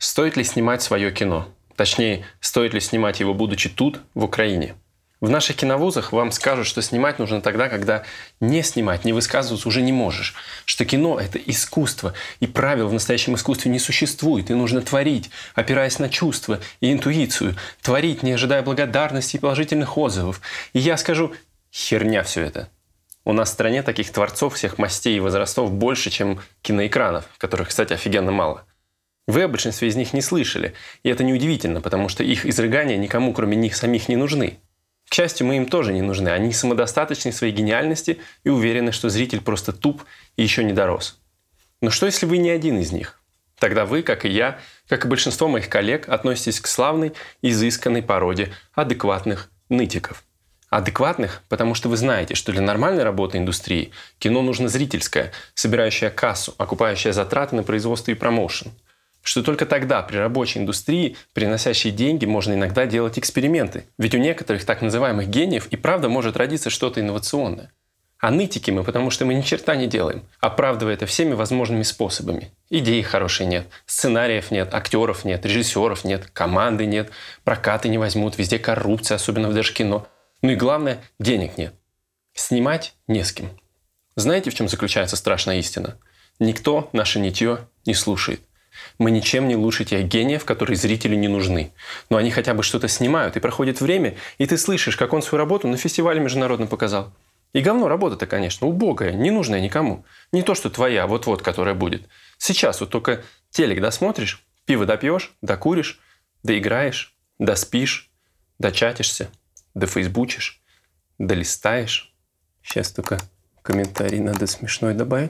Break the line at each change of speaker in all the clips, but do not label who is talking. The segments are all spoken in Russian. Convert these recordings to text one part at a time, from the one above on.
Стоит ли снимать свое кино? Точнее, стоит ли снимать его, будучи тут, в Украине? В наших киновузах вам скажут, что снимать нужно тогда, когда не снимать, не высказываться уже не можешь. Что кино – это искусство, и правил в настоящем искусстве не существует. И нужно творить, опираясь на чувства и интуицию. Творить, не ожидая благодарности и положительных отзывов. И я скажу – херня все это. У нас в стране таких творцов всех мастей и возрастов больше, чем киноэкранов, которых, кстати, офигенно мало. Вы о большинстве из них не слышали. И это неудивительно, потому что их изрыгания никому, кроме них самих, не нужны. К счастью, мы им тоже не нужны. Они самодостаточны в своей гениальности и уверены, что зритель просто туп и еще не дорос. Но что, если вы не один из них? Тогда вы, как и я, как и большинство моих коллег, относитесь к славной, изысканной породе адекватных нытиков. Адекватных, потому что вы знаете, что для нормальной работы индустрии кино нужно зрительское, собирающее кассу, окупающее затраты на производство и промоушен. Что только тогда при рабочей индустрии, приносящей деньги, можно иногда делать эксперименты. Ведь у некоторых так называемых гениев и правда может родиться что-то инновационное. А нытики мы, потому что мы ни черта не делаем, оправдывая это всеми возможными способами. Идеи хорошей нет, сценариев нет, актеров нет, режиссеров нет, команды нет, прокаты не возьмут, везде коррупция, особенно в Держкино. Ну и главное, денег нет. Снимать не с кем. Знаете, в чем заключается страшная истина? Никто наше нытье не слушает. Мы ничем не лучше тех гениев, которые зрителю не нужны. Но они хотя бы что-то снимают, и проходит время, и ты слышишь, как он свою работу на фестивале международном показал. И говно работа-то, конечно, убогая, не нужная никому. Не то, что твоя, вот-вот, которая будет. Сейчас вот только телек досмотришь, пиво допьешь, докуришь, доиграешь, доспишь, дочатишься, дофейсбучишь, долистаешь. Сейчас только комментарий надо смешной добавить.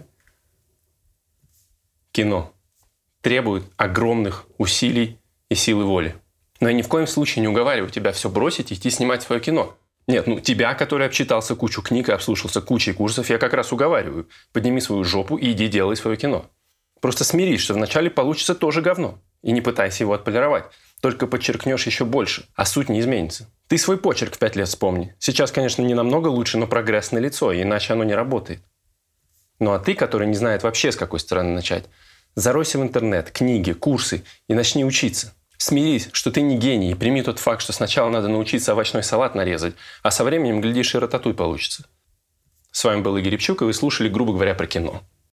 Кино требует огромных усилий и силы воли. Но я ни в коем случае не уговариваю тебя все бросить и идти снимать свое кино. Нет, тебя, который обчитался кучу книг и обслушался кучей курсов, я как раз уговариваю. Подними свою жопу и иди делай свое кино. Просто смирись, что вначале получится тоже говно. И не пытайся его отполировать. Только подчеркнешь еще больше, а суть не изменится. Ты свой почерк в 5 лет вспомни. Сейчас, конечно, не намного лучше, но прогресс налицо, иначе оно не работает. Ну а ты, который не знает вообще, с какой стороны начать, заройся в интернет, книги, курсы и начни учиться. Смирись, что ты не гений, и прими тот факт, что сначала надо научиться овощной салат нарезать, а со временем, глядишь, и рататуй получится. С вами был Игорь Рябчук, и вы слушали, грубо говоря, про кино.